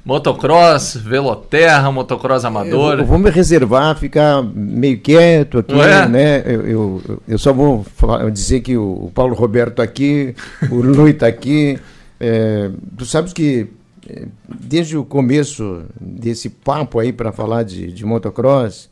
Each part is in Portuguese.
Motocross, veloterra, motocross amador. Eu vou me reservar, ficar meio quieto aqui, né? Eu só vou dizer que o Paulo Roberto está aqui, o Lui está aqui. Tu sabes que desde o começo desse papo aí para falar de motocross,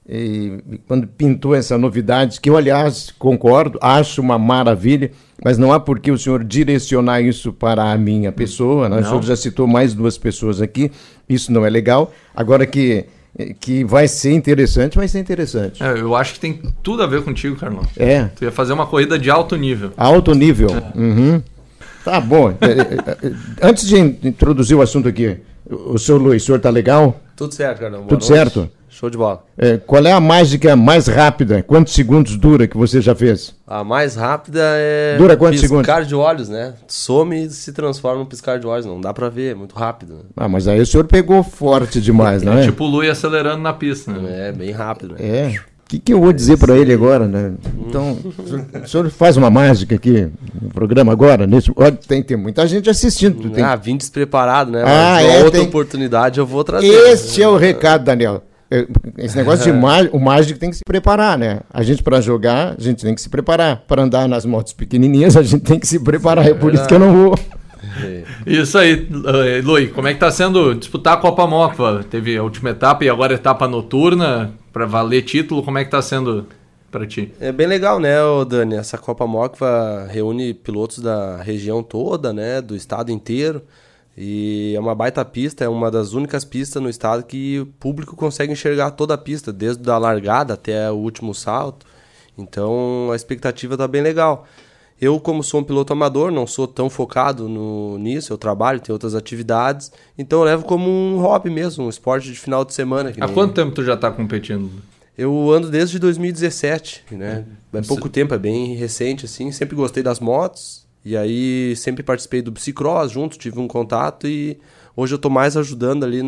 quando pintou essa novidade, que eu, aliás, concordo, acho uma maravilha, mas não há por que o senhor direcionar isso para a minha pessoa, né? O senhor já citou mais 2 pessoas aqui, isso não é legal. Agora que vai ser interessante, vai ser interessante. Eu acho que tem tudo a ver contigo, Carlão. Tu ia fazer uma corrida de alto nível. Alto nível. Uhum. Tá bom. Antes de introduzir o assunto aqui, o senhor Luiz, o senhor tá legal? Tudo certo, Carlão. Tudo certo? Show de bola. Qual é a mágica mais rápida? Quantos segundos dura que você já fez? A mais rápida dura quantos segundos? Piscar de olhos, né? Some e se transforma num piscar de olhos. Não dá pra ver, é muito rápido. Né? Mas aí o senhor pegou forte demais, não é? Tipo o Lui acelerando na pista, né? Bem rápido. Né? O que eu vou dizer para ele agora, né? Então, o senhor faz uma mágica aqui no programa agora? Tem muita gente assistindo. Vim despreparado, né? Outra oportunidade eu vou trazer. Esse é o recado, Daniel. Esse negócio de o mágico tem que se preparar, né? A gente, para jogar, a gente tem que se preparar. Para andar nas motos pequenininhas, a gente tem que se preparar. É por isso que eu não vou. Isso aí, Lui, como é que tá sendo disputar a Copa Mocva? Teve a última etapa e agora a etapa noturna para valer título, como é que tá sendo para ti? É bem legal, né, Dani? Essa Copa Mocva reúne pilotos da região toda, né, do estado inteiro, e é uma baita pista, é uma das únicas pistas no estado que o público consegue enxergar toda a pista, desde a largada até o último salto, então a expectativa tá bem legal. Eu, como sou um piloto amador, não sou tão focado nisso, eu trabalho, tenho outras atividades, então eu levo como um hobby mesmo, um esporte de final de semana. Há quanto tempo tu já está competindo? Eu ando desde 2017, né? É pouco tempo, é bem recente, assim, sempre gostei das motos, e aí sempre participei do bicicross junto, tive um contato, e hoje eu estou mais ajudando ali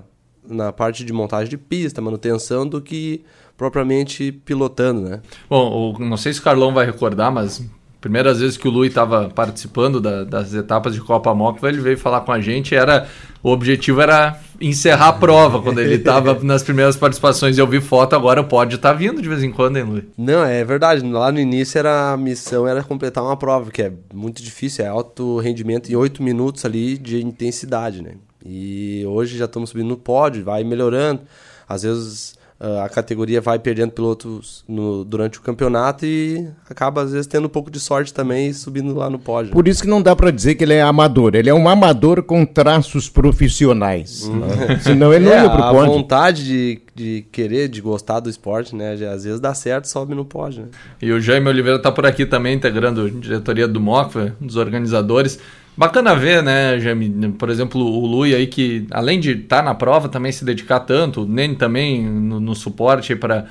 na parte de montagem de pista, manutenção, do que propriamente pilotando, né? Bom, não sei se o Carlão vai recordar, mas primeiras vezes que o Lui estava participando das etapas de Copa Mocva, ele veio falar com a gente, o objetivo era encerrar a prova, quando ele estava nas primeiras participações. Eu vi foto, agora o pódio tá vindo de vez em quando, hein, Lui? Não, é verdade, lá no início a missão era completar uma prova, que é muito difícil, é alto rendimento em 8 minutos ali de intensidade, né? E hoje já estamos subindo no pódio, vai melhorando, às vezes a categoria vai perdendo pilotos durante o campeonato e acaba, às vezes, tendo um pouco de sorte também e subindo lá no pódio. Por isso que não dá para dizer que ele é amador. Ele é um amador com traços profissionais. Né? Senão ele não ia pro pódio. A vontade de querer, de gostar do esporte, né? Já, às vezes dá certo, sobe no pódio. Né? E o Jaime Oliveira está por aqui também, integrando a diretoria do Mocva, dos organizadores. Bacana ver, né, Jaime, por exemplo, o Lui aí que, além de estar na prova, também se dedicar tanto, o Nene também no suporte para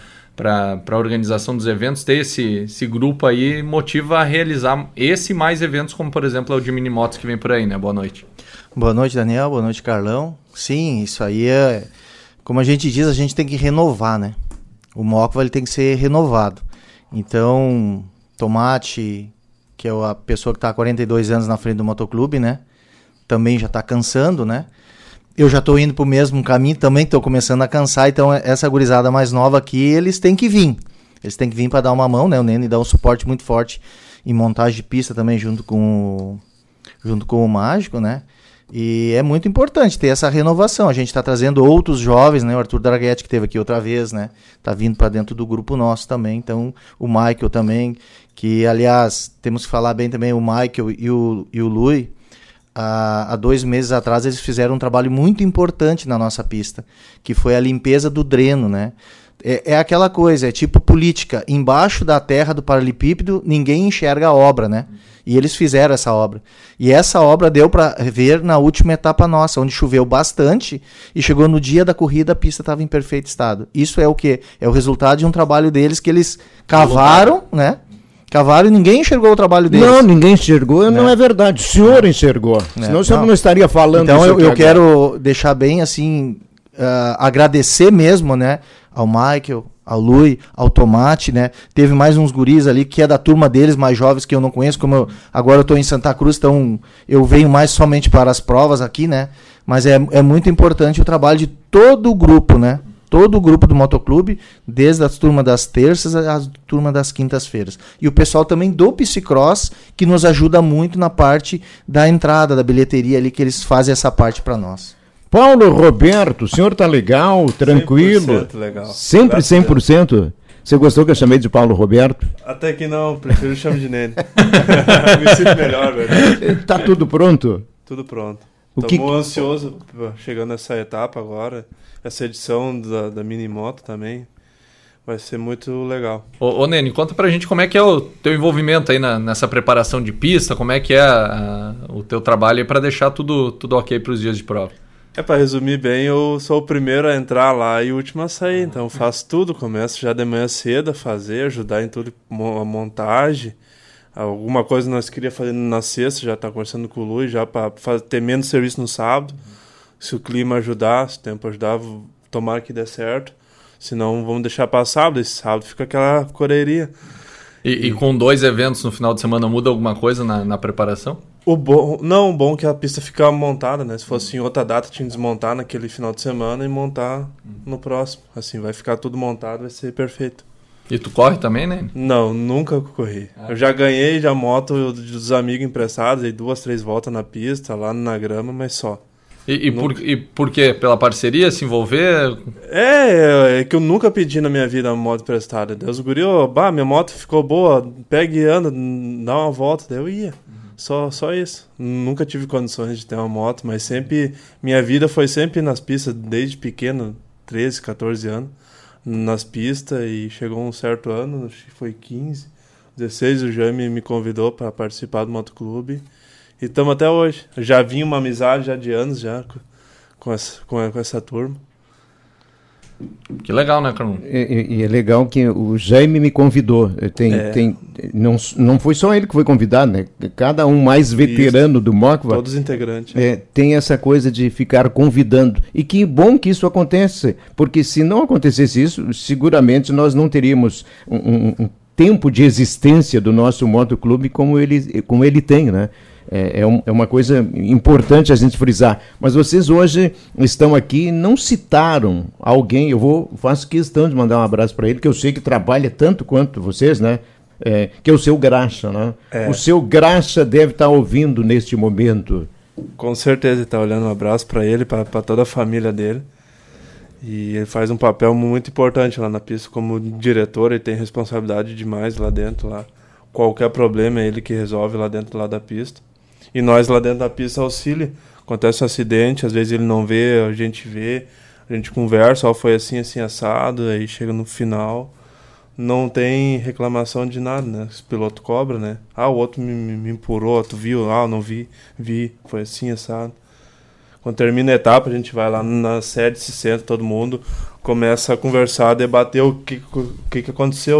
a organização dos eventos, ter esse grupo aí motiva a realizar esse e mais eventos, como por exemplo é o de Minimotos que vem por aí, né? Boa noite. Boa noite, Daniel, boa noite, Carlão. Sim, isso aí como a gente diz, a gente tem que renovar, né? O Mocva ele tem que ser renovado. Então, Tomate, que é a pessoa que está há 42 anos na frente do motoclube, né? Também já está cansando, né? Eu já estou indo para o mesmo caminho, também estou começando a cansar, então essa gurizada mais nova aqui, eles têm que vir. Eles têm que vir para dar uma mão, né? O Nene dá um suporte muito forte em montagem de pista também junto com o Mágico, né? E é muito importante ter essa renovação. A gente está trazendo outros jovens, né? O Arthur Draghetti, que esteve aqui outra vez, né? Está vindo para dentro do grupo nosso também. Então, o Michael também, que, aliás, temos que falar bem também, o Michael e o Lui, há 2 meses atrás, eles fizeram um trabalho muito importante na nossa pista, que foi a limpeza do dreno, né? É aquela coisa, é tipo política. Embaixo da terra do paralelepípedo, ninguém enxerga a obra, né? E eles fizeram essa obra. E essa obra deu para ver na última etapa nossa, onde choveu bastante e chegou no dia da corrida, a pista estava em perfeito estado. Isso é o quê? É o resultado de um trabalho deles que eles cavaram, né? Cavaram e ninguém enxergou o trabalho deles. Não, ninguém enxergou, não é verdade. O senhor enxergou. Senão o senhor não estaria falando isso. Então eu quero deixar bem assim, agradecer mesmo, né? Ao Michael, ao Lui, ao Tomate, né? Teve mais uns guris ali que é da turma deles, mais jovens, que eu não conheço, agora eu estou em Santa Cruz, então eu venho mais somente para as provas aqui, né? Mas é muito importante o trabalho de todo o grupo, né? Todo o grupo do motoclube, desde a turma das terças à turma das quintas-feiras. E o pessoal também do Piscicross, que nos ajuda muito na parte da entrada, da bilheteria ali, que eles fazem essa parte para nós. Paulo Roberto, o senhor tá legal, tranquilo? 100% legal. Sempre 100%? Você gostou que eu chamei de Paulo Roberto? Até que não, prefiro chamar de Nene. Me sinto melhor, velho. Tá tudo pronto? Tudo pronto. O Estamos ansiosos chegando nessa etapa agora. Essa edição da Mini Moto também. Vai ser muito legal. Ô Nene, conta pra gente como é que é o teu envolvimento aí nessa preparação de pista, como é que é o teu trabalho aí pra deixar tudo ok pros dias de prova. Pra resumir bem, eu sou o primeiro a entrar lá e o último a sair, então faço tudo, começo já de manhã cedo a fazer, ajudar em tudo, a montagem, alguma coisa nós queríamos fazer na sexta, já tá conversando com o Luiz, já para ter menos serviço no sábado, se o clima ajudar, se o tempo ajudar, tomara que dê certo, senão vamos deixar para sábado, esse sábado fica aquela correria. E com 2 eventos no final de semana muda alguma coisa na preparação? O bom é que a pista fica montada, né? Se fosse em outra data, tinha que desmontar naquele final de semana e montar no próximo. Assim, vai ficar tudo montado, vai ser perfeito. E tu corre também, né? Não, nunca corri. Eu já ganhei já moto dos amigos emprestados, aí 2, 3 voltas na pista, lá na grama, mas só. E por quê? Pela parceria, se envolver? É que eu nunca pedi na minha vida uma moto emprestada. Deus, o guri, minha moto ficou boa, pega e anda, dá uma volta, daí eu ia. Só isso. Nunca tive condições de ter uma moto, mas sempre, minha vida foi sempre nas pistas, desde pequeno, 13, 14 anos, nas pistas, e chegou um certo ano, acho que foi 15, 16, o Jaime me convidou para participar do motoclube, e estamos até hoje. Já vinha uma amizade já de anos já com essa turma. Que legal, né, Carlão? E é legal que o Jaime me convidou. Não foi só ele que foi convidado, né? Cada um mais veterano do Mocva. Todos integrantes. Tem essa coisa de ficar convidando. E que bom que isso acontece, porque se não acontecesse isso, seguramente nós não teríamos um tempo de existência do nosso motoclube como ele tem, né? É uma coisa importante a gente frisar. Mas vocês hoje estão aqui, não citaram alguém. Faço questão de mandar um abraço para ele, que eu sei que trabalha tanto quanto vocês, né? Que é o seu Graxa, né? O seu Graxa deve estar ouvindo neste momento. Com certeza, ele está olhando. Um abraço para ele, para toda a família dele. E ele faz um papel muito importante lá na pista como diretor. Ele tem responsabilidade demais lá dentro. Lá. Qualquer problema é ele que resolve lá dentro da pista. E nós lá dentro da pista auxilia. Acontece um acidente, às vezes ele não vê, a gente conversa, foi assim, assim, assado, aí chega no final, não tem reclamação de nada, né? Esse piloto cobra, né? O outro me empurrou, tu viu? Não vi, foi assim, assado. Quando termina a etapa, a gente vai lá na sede, se senta todo mundo, começa a conversar, debater o que aconteceu,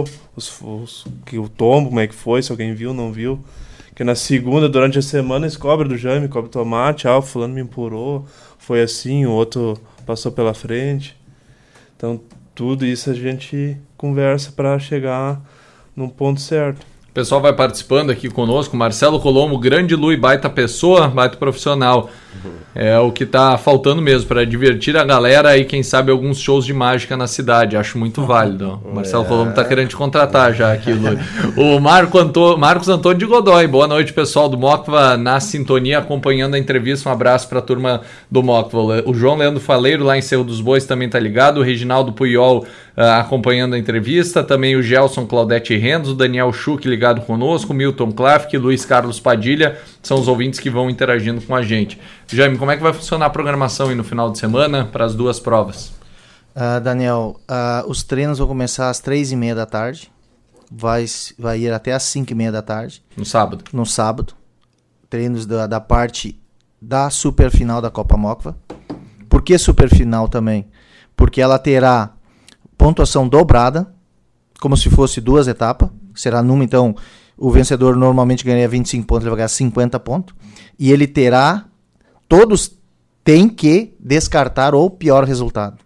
o tombo, como é que foi, se alguém viu, não viu. Que na segunda, durante a semana, eles cobram do Jaime, cobram tomate, o fulano me empurrou, foi assim, o outro passou pela frente. Então, tudo isso a gente conversa para chegar num ponto certo. O pessoal vai participando aqui conosco. Marcelo Colombo, grande Lui, baita pessoa, baita profissional. É o que tá faltando mesmo, para divertir a galera e quem sabe alguns shows de mágica na cidade. Acho muito válido. O Marcelo Colombo tá querendo te contratar já aqui, Lui. O Marcos Antônio de Godoy. Boa noite, pessoal do Mocva na sintonia, acompanhando a entrevista. Um abraço para a turma do Mocva. O João Leandro Faleiro, lá em Cerro dos Bois, também tá ligado. O Reginaldo Puyol acompanhando a entrevista. Também o Gelson Claudete Rendos, o Daniel Schuch ligado conosco, o Milton Klafke, Luiz Carlos Padilha. São os ouvintes que vão interagindo com a gente. Jaime, como é que vai funcionar a programação aí no final de semana para as 2 provas? Daniel, os treinos vão começar às 3h30 da tarde. Vai ir até às 5h30 da tarde. No sábado? No sábado. Treinos da parte da superfinal da Copa Mocva. Por que superfinal também? Porque ela terá pontuação dobrada, como se fosse 2 etapas. Será numa, então, o vencedor normalmente ganharia 25 pontos, ele vai ganhar 50 pontos. E ele terá... Todos têm que descartar o pior resultado.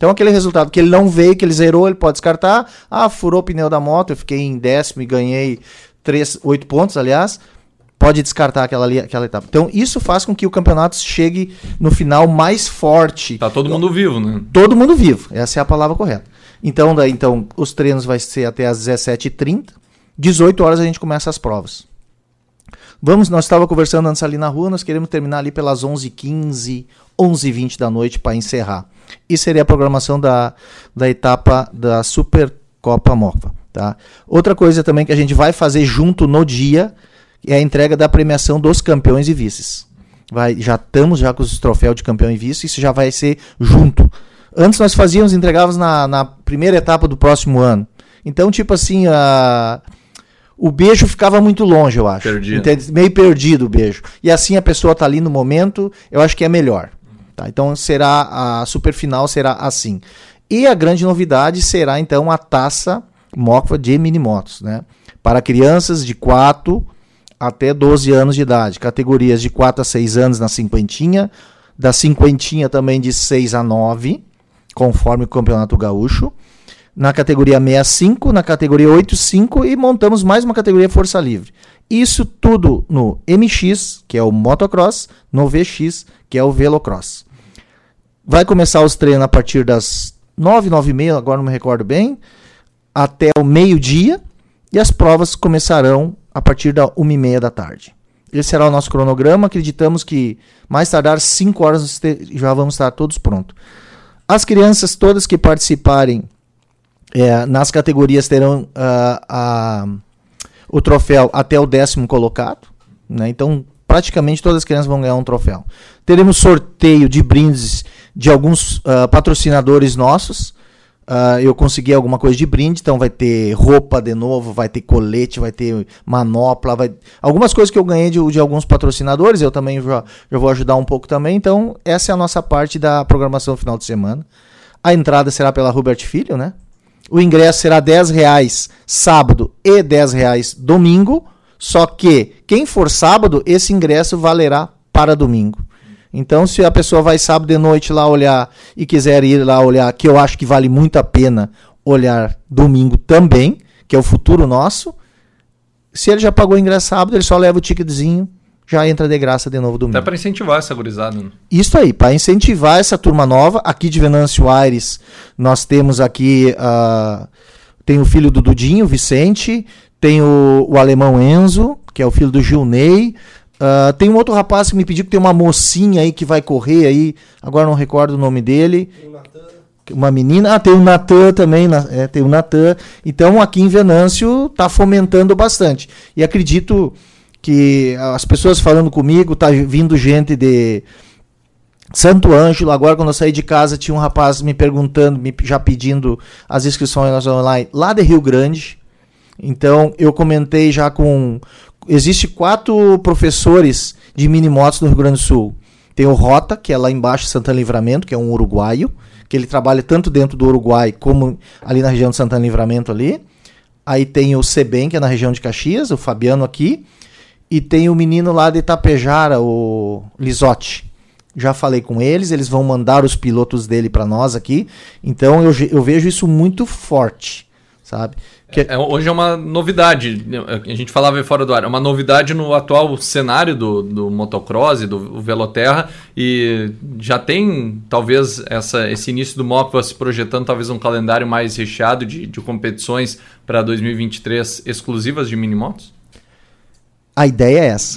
Então aquele resultado que ele não veio, que ele zerou, ele pode descartar. Furou o pneu da moto, eu fiquei em 10º e ganhei 8 pontos, aliás. Pode descartar aquela etapa. Então isso faz com que o campeonato chegue no final mais forte. Tá todo mundo vivo, né? Todo mundo vivo, essa é a palavra correta. Então os treinos vai ser até às 17h30, 18 horas a gente começa as provas. Nós estávamos conversando antes ali na rua, nós queremos terminar ali pelas 11h15, 11h20 da noite para encerrar. E seria a programação da etapa da Supercopa Mocva. Tá? Outra coisa também que a gente vai fazer junto no dia é a entrega da premiação dos campeões e vices. Já estamos com os troféus de campeão e vice, isso já vai ser junto. Antes nós entregávamos na primeira etapa do próximo ano. Então, tipo assim, o beijo ficava muito longe, eu acho. Meio perdido o beijo. E assim a pessoa está ali no momento, eu acho que é melhor. Tá? Então a superfinal será assim. E a grande novidade será então a taça Mocva de minimotos, né? Para crianças de 4 até 12 anos de idade. Categorias de 4 a 6 anos na cinquentinha, da cinquentinha também de 6 a 9, conforme o Campeonato Gaúcho. Na categoria 65, na categoria 85 e montamos mais uma categoria Força Livre. Isso tudo no MX, que é o motocross, no VX, que é o velocross. Vai começar os treinos a partir das 9, 9h30, agora não me recordo bem, até o meio-dia, e as provas começarão a partir da 1h30 da tarde. Esse será o nosso cronograma, acreditamos que mais tardar 5 horas já vamos estar todos prontos. As crianças todas que participarem nas categorias terão o troféu até o 10º colocado, né? Então praticamente todas as crianças vão ganhar um troféu. Teremos sorteio de brindes de alguns patrocinadores nossos. Eu consegui alguma coisa de brinde, então vai ter roupa de novo, vai ter colete, vai ter manopla, algumas coisas que eu ganhei de alguns patrocinadores, eu também já vou ajudar um pouco também. Então essa é a nossa parte da programação final de semana. A entrada será pela Hubert Filho, né? O ingresso será R$10 sábado e R$10 domingo, só que quem for sábado, esse ingresso valerá para domingo. Então, se a pessoa vai sábado de noite lá olhar e quiser ir lá olhar, que eu acho que vale muito a pena olhar domingo também, que é o futuro nosso, se ele já pagou o ingresso sábado, ele só leva o ticketzinho, já entra de graça de novo domingo. Até para incentivar essa gurizada. Né? Isso aí, para incentivar essa turma nova. Aqui de Venâncio Aires, nós temos aqui, tem o filho do Dudinho, Vicente, tem o alemão Enzo, que é o filho do Gilney. Tem um outro rapaz que me pediu que tem uma mocinha aí que vai correr aí, agora não recordo o nome dele. Tem o Natan. Uma menina, tem o Natan também, tem o Natan. Então aqui em Venâncio está fomentando bastante. E acredito que as pessoas falando comigo, tá vindo gente de Santo Ângelo. Agora quando eu saí de casa tinha um rapaz me perguntando, já pedindo as inscrições online lá de Rio Grande. Então eu comentei já com... Existe 4 professores de minimotos no Rio Grande do Sul. Tem o Rota, que é lá embaixo de Santana Livramento, que é um uruguaio, que ele trabalha tanto dentro do Uruguai como ali na região de Santana Livramento ali. Aí tem o Sebem, que é na região de Caxias, o Fabiano aqui. E tem o menino lá de Itapejara, o Lisotti. Já falei com eles vão mandar os pilotos dele para nós aqui. Então eu vejo isso muito forte, sabe? Hoje é uma novidade, a gente falava aí fora do ar, é uma novidade no atual cenário do motocross e do Veloterra, e já tem talvez esse início do Mocva se projetando talvez um calendário mais recheado de competições para 2023 exclusivas de minimotos? A ideia é essa.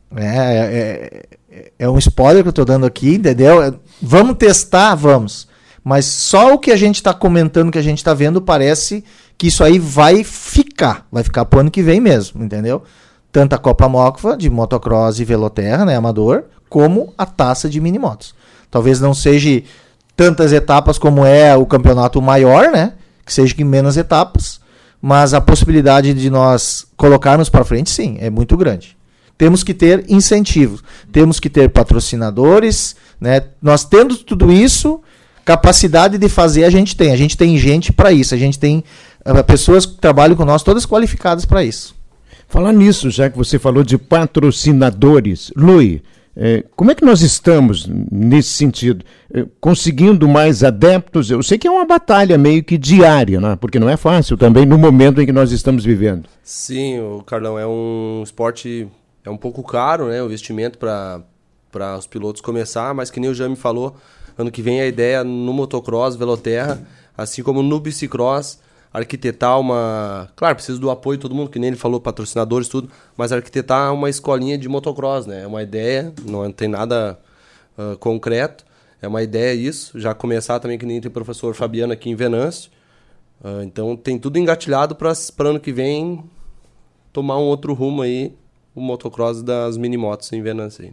É um spoiler que eu estou dando aqui, entendeu? Vamos testar? Vamos. Mas só o que a gente está comentando, que a gente está vendo, parece que isso aí vai ficar pro ano que vem mesmo, entendeu? Tanto a Copa Mocva de motocross e veloterra, né, amador, como a taça de minimotos. Talvez não seja tantas etapas como é o campeonato maior, né, que seja em menos etapas, mas a possibilidade de nós colocarmos para frente, sim, é muito grande. Temos que ter incentivos, temos que ter patrocinadores, né? Nós tendo tudo isso, capacidade de fazer a gente tem gente para isso, a gente tem pessoas que trabalham com nós, todas qualificadas para isso. Falar nisso, já que você falou de patrocinadores, Lui, Como é que nós estamos nesse sentido? Conseguindo mais adeptos? Eu sei que é uma batalha meio que diária, né? Porque não é fácil também no momento em que nós estamos vivendo. Sim, Carlão, é um esporte, é um pouco caro, né? O investimento para os pilotos começar, mas que nem o Jaime falou, ano que vem a ideia no motocross, Veloterra, assim como no bicicross, arquitetar uma... Claro, precisa do apoio de todo mundo, que nem ele falou, patrocinadores, tudo, mas arquitetar uma escolinha de motocross, né? É uma ideia, não tem nada concreto, é uma ideia isso. Já começar também, que nem tem o professor Fabiano aqui em Venâncio. Então tem tudo engatilhado para ano que vem tomar um outro rumo aí, o motocross das minimotos em Venâncio. Aí.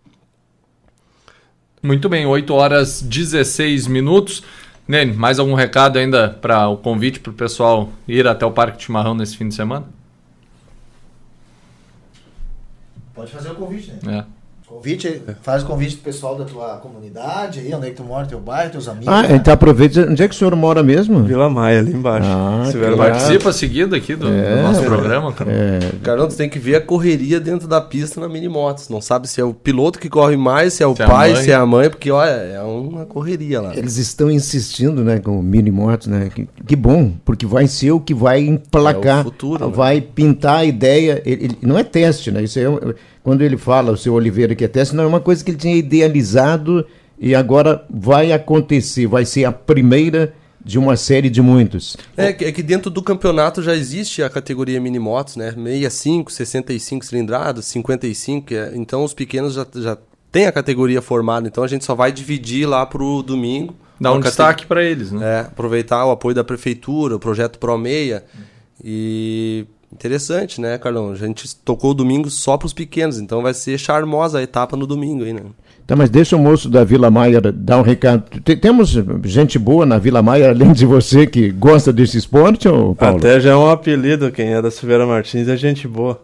Muito bem, 8h16. Nene, mais algum recado ainda para o convite para o pessoal ir até o Parque de Chimarrão nesse fim de semana? Pode fazer o convite, né? Faz o convite pro pessoal da tua comunidade, aí, onde é que tu mora, teu bairro, teus amigos. Então aproveita. Onde é que o senhor mora mesmo? Vila Maia, ali embaixo. Participa seguido aqui do nosso programa, cara. Carlão, tu tem que ver a correria dentro da pista na Minimotos. Não sabe se é o piloto que corre mais, se é o pai, se é a mãe, porque olha, é uma correria lá. Eles estão insistindo, né, com Minimotos, né? Que bom, porque vai ser o que vai emplacar, o futuro, vai pintar a ideia. Ele não é teste, né? Isso quando ele fala, o seu Oliveira, que é teste, não é uma coisa que ele tinha idealizado e agora vai acontecer, vai ser a primeira de uma série de muitos. É que dentro do campeonato já existe a categoria minimotos, né? 65, 65 cilindradas, 55, então os pequenos já tem a categoria formada, então a gente só vai dividir lá pro domingo. Dá um destaque para eles, né? Aproveitar o apoio da prefeitura, o projeto ProMeia e... Interessante, né, Carlão? A gente tocou o domingo só para os pequenos, então vai ser charmosa a etapa no domingo aí, né? Tá, mas deixa o moço da Vila Maia dar um recado. Temos gente boa na Vila Maia, além de você que gosta desse esporte, ou Paulo? Até já é um apelido, quem é da Silveira Martins é gente boa.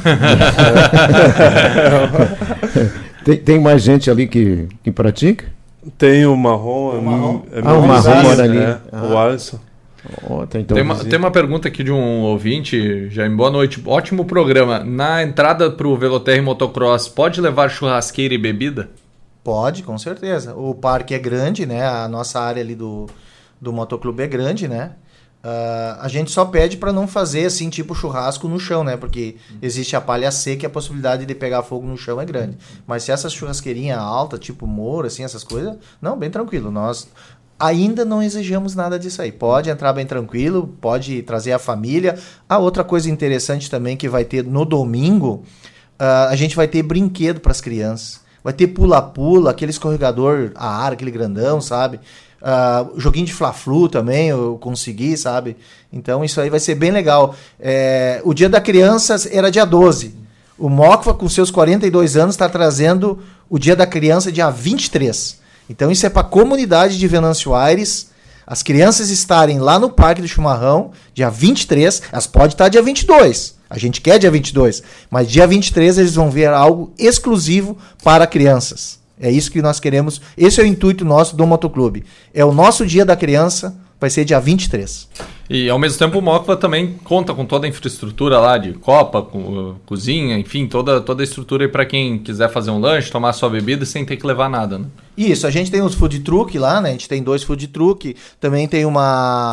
Tem mais gente ali que pratica? Tem o Marrom. O Marrom mora ali. O Alisson. Então, tem uma pergunta aqui de um ouvinte, Jaime, boa noite, ótimo programa. Na entrada para o Veloterra e Motocross, pode levar churrasqueira e bebida? Pode, com certeza. O parque é grande, né? A nossa área ali do motoclube é grande, né? A gente só pede para não fazer assim, tipo churrasco no chão, né? Porque existe a palha seca e a possibilidade de pegar fogo no chão é grande. Mas se essa churrasqueirinha alta, tipo Moura, assim, essas coisas, não, bem tranquilo. Nós... ainda não exigimos nada disso aí. Pode entrar bem tranquilo, pode trazer a família. A outra coisa interessante também que vai ter no domingo, a gente vai ter brinquedo para as crianças. Vai ter pula-pula, aquele escorregador a ar, aquele grandão, sabe? Joguinho de Fla-Flu também eu consegui, sabe? Então isso aí vai ser bem legal. O Dia da Criança era dia 12. O Mocva, com seus 42 anos, está trazendo o Dia da Criança dia 23. Então isso é para a comunidade de Venâncio Aires, as crianças estarem lá no Parque do Chimarrão, dia 23, elas podem estar dia 22, a gente quer dia 22, mas dia 23 eles vão ver algo exclusivo para crianças. É isso que nós queremos, esse é o intuito nosso do Motoclube. É o nosso Dia da Criança, vai ser dia 23. E ao mesmo tempo o Mocva também conta com toda a infraestrutura lá de copa, cozinha, enfim, toda a estrutura aí para quem quiser fazer um lanche, tomar sua bebida sem ter que levar nada, né? Isso, a gente tem os food truck lá, né? A gente tem 2 food truck, também tem um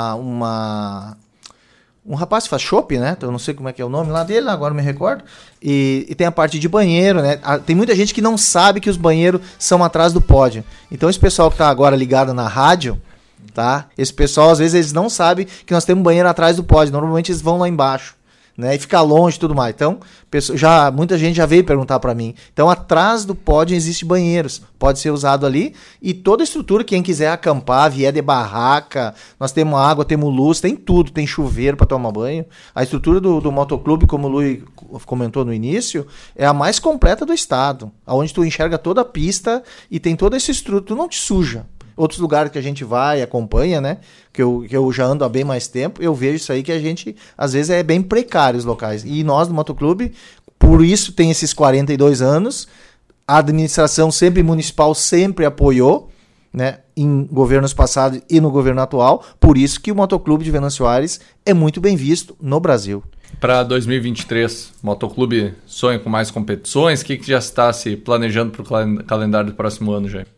rapaz que faz chopp, né? Eu não sei como é que é o nome lá dele, agora me recordo. E tem a parte de banheiro, né? Tem muita gente que não sabe que os banheiros são atrás do pódio. Então esse pessoal que tá agora ligado na rádio, tá? Esse pessoal, às vezes, eles não sabem que nós temos um banheiro atrás do pódio. Normalmente eles vão lá embaixo, né? E fica longe e tudo mais. Então, muita gente já veio perguntar para mim. Então, atrás do pódio existe banheiros. Pode ser usado ali. E toda a estrutura, quem quiser acampar, vier de barraca, nós temos água, temos luz, tem tudo. Tem chuveiro para tomar banho. A estrutura do motoclube, como o Luiz comentou no início, é a mais completa do estado. Onde tu enxerga toda a pista e tem toda essa estrutura. Tu não te suja. Outros lugares que a gente vai e acompanha, né? Que eu já ando há bem mais tempo, eu vejo isso aí que a gente, às vezes, é bem precário os locais. E nós, do Motoclube, por isso tem esses 42 anos, a administração sempre municipal sempre apoiou, né? Em governos passados e no governo atual, por isso que o Motoclube de Venâncio Aires é muito bem visto no Brasil. Para 2023, o Motoclube sonha com mais competições? O que já está se planejando para o calendário do próximo ano, Jaime?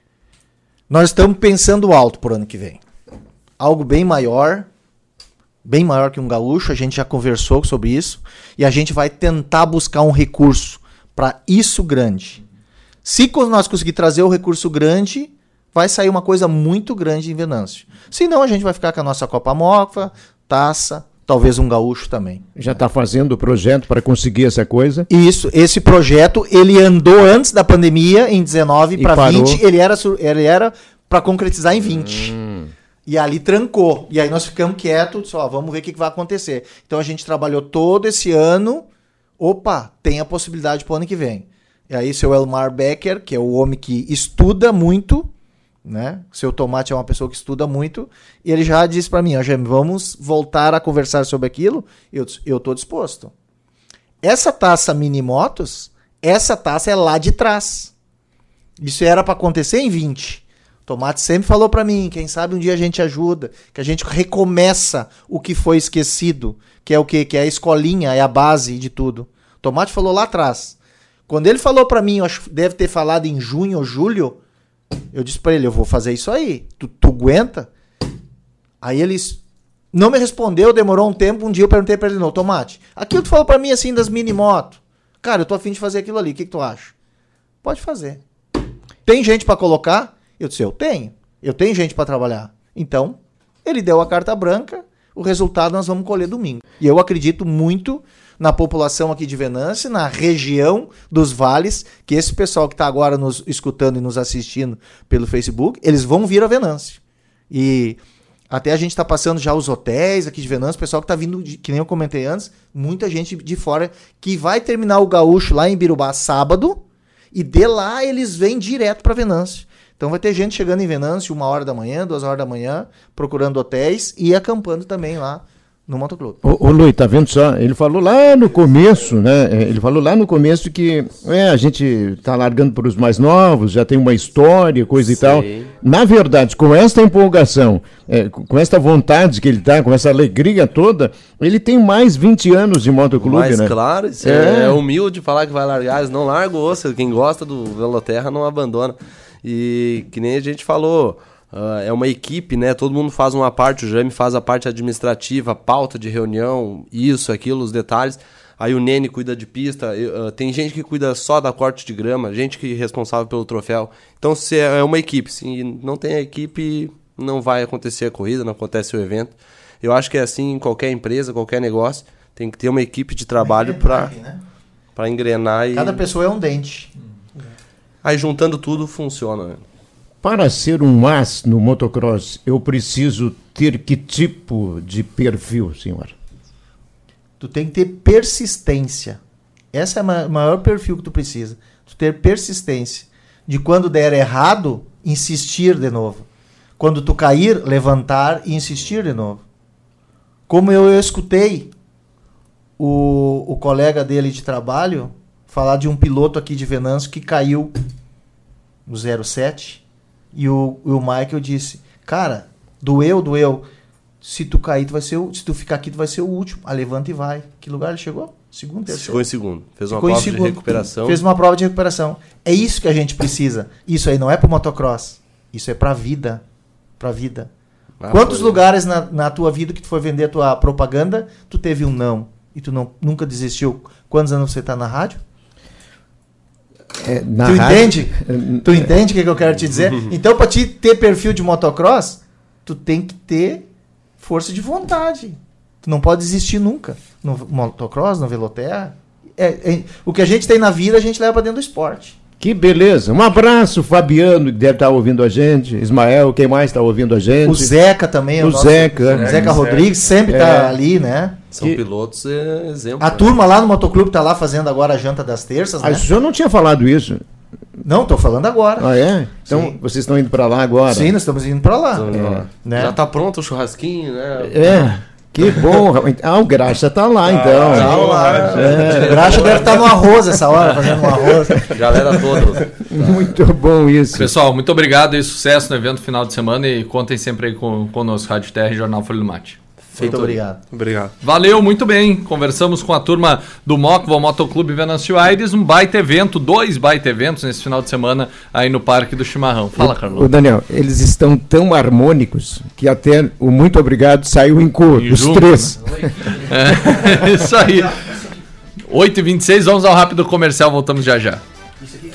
Nós estamos pensando alto para o ano que vem. Algo bem maior que um gaúcho, a gente já conversou sobre isso, e a gente vai tentar buscar um recurso para isso grande. Se nós conseguir trazer o recurso grande, vai sair uma coisa muito grande em Venâncio. Senão a gente vai ficar com a nossa Copa Mocva, taça, talvez um gaúcho também. Já está fazendo o projeto para conseguir essa coisa? Isso, esse projeto, ele andou antes da pandemia, em 19 para 20, ele era para concretizar em 20. E ali trancou. E aí nós ficamos quietos, só vamos ver o que vai acontecer. Então a gente trabalhou todo esse ano, tem a possibilidade para o ano que vem. E aí seu Elmar Becker, que é o homem que estuda muito, né? Seu Tomate é uma pessoa que estuda muito, e ele já disse para mim, Jaime, vamos voltar a conversar sobre aquilo? Eu estou disposto. Essa taça Mini Motos, essa taça é lá de trás. Isso era para acontecer em 20. Tomate sempre falou para mim, quem sabe um dia a gente ajuda, que a gente recomeça o que foi esquecido, que é o quê? Que é a escolinha, é a base de tudo. Tomate falou lá atrás. Quando ele falou para mim, eu acho que deve ter falado em junho ou julho, eu disse para ele, eu vou fazer isso aí, tu aguenta? Aí ele não me respondeu, demorou um tempo, um dia eu perguntei para ele, não, Tomate, aquilo tu falou para mim assim das mini moto, cara, eu tô a fim de fazer aquilo ali, o que tu acha? Pode fazer. Tem gente para colocar? Eu disse, eu tenho gente para trabalhar. Então, ele deu a carta branca, o resultado nós vamos colher domingo. E eu acredito muito na população aqui de Venâncio, na região dos vales, que esse pessoal que está agora nos escutando e nos assistindo pelo Facebook, eles vão vir a Venâncio. E até a gente está passando já os hotéis aqui de Venâncio, o pessoal que está vindo, que nem eu comentei antes, muita gente de fora que vai terminar o gaúcho lá em Birubá sábado, e de lá eles vêm direto para Venâncio. Então vai ter gente chegando em Venâncio 1h da manhã, 2h da manhã, procurando hotéis e acampando também lá no Motoclube. Ô Luiz, tá vendo só? Ele falou lá no começo, né? Ele falou lá no começo que a gente tá largando para os mais novos, já tem uma história, coisa e tal. Na verdade, com esta empolgação, com esta vontade que ele tá, com essa alegria toda, ele tem mais 20 anos de motoclube, né? Mas claro, isso é humilde falar que vai largar, eles não largam o osso, quem gosta do Veloterra não abandona. E que nem a gente falou, é uma equipe, né? Todo mundo faz uma parte, o Jaime faz a parte administrativa, pauta de reunião, isso, aquilo, os detalhes. Aí o Nene cuida de pista, tem gente que cuida só da corte de grama, gente que é responsável pelo troféu. Então se é uma equipe, se não tem a equipe, não vai acontecer a corrida, não acontece o evento. Eu acho que é assim em qualquer empresa, qualquer negócio, tem que ter uma equipe de trabalho para engrenar. Cada pessoa é um dente. Aí juntando tudo funciona, né? Para ser um as no motocross, eu preciso ter que tipo de perfil, senhor? Tu tem que ter persistência. Esse é o maior perfil que tu precisa. Tu ter persistência. De quando der errado, insistir de novo. Quando tu cair, levantar e insistir de novo. Como eu escutei o colega dele de trabalho falar de um piloto aqui de Venâncio que caiu no 07 e o Michael disse, cara, doeu, se tu cair, se tu ficar aqui, tu vai ser o último, levanta e vai. Que lugar ele chegou? Segundo, terceiro? Ficou em segundo, fez uma prova de recuperação. Fez uma prova de recuperação. É isso que a gente precisa. Isso aí não é pro motocross, isso é pra vida. Quantos lugares na tua vida que tu foi vender a tua propaganda, tu teve um não e tu nunca desistiu? Quantos anos você tá na rádio? Entende? Tu entende o que eu quero te dizer? Então, para te ter perfil de motocross, tu tem que ter força de vontade. Tu não pode desistir nunca. No motocross, no Veloterra. O que a gente tem na vida, a gente leva para dentro do esporte. Que beleza. Um abraço, Fabiano, que deve estar ouvindo a gente. Ismael, quem mais está ouvindo a gente? O Zeca também. O Zeca Rodrigues sempre está ali, né? São pilotos exemplo. A turma lá no motoclube está lá fazendo agora a janta das terças, né? O senhor não tinha falado isso? Não, estou falando agora. Ah, é? Então, sim. Vocês estão indo para lá agora? Sim, nós estamos indo para lá. Né? Já está pronto o churrasquinho, né? Que bom. O Graxa tá lá, então. Tá lá. O Graxa deve estar no arroz essa hora, fazendo um arroz. Galera toda. Muito bom isso. Pessoal, muito obrigado e sucesso no evento final de semana e contem sempre aí conosco, Rádio Terra e Jornal Folha do Mate. Muito obrigado. Obrigado. Valeu, muito bem. Conversamos com a turma do Mocva Motoclube Venâncio Aires, um baita evento, 2 baita eventos nesse final de semana aí no Parque do Chimarrão. Fala, Carlão. Ô Daniel, eles estão tão harmônicos que até o muito obrigado saiu em cor, os junto, 3. Né? Isso aí. 8h26, vamos ao rápido comercial, voltamos já já. Isso aqui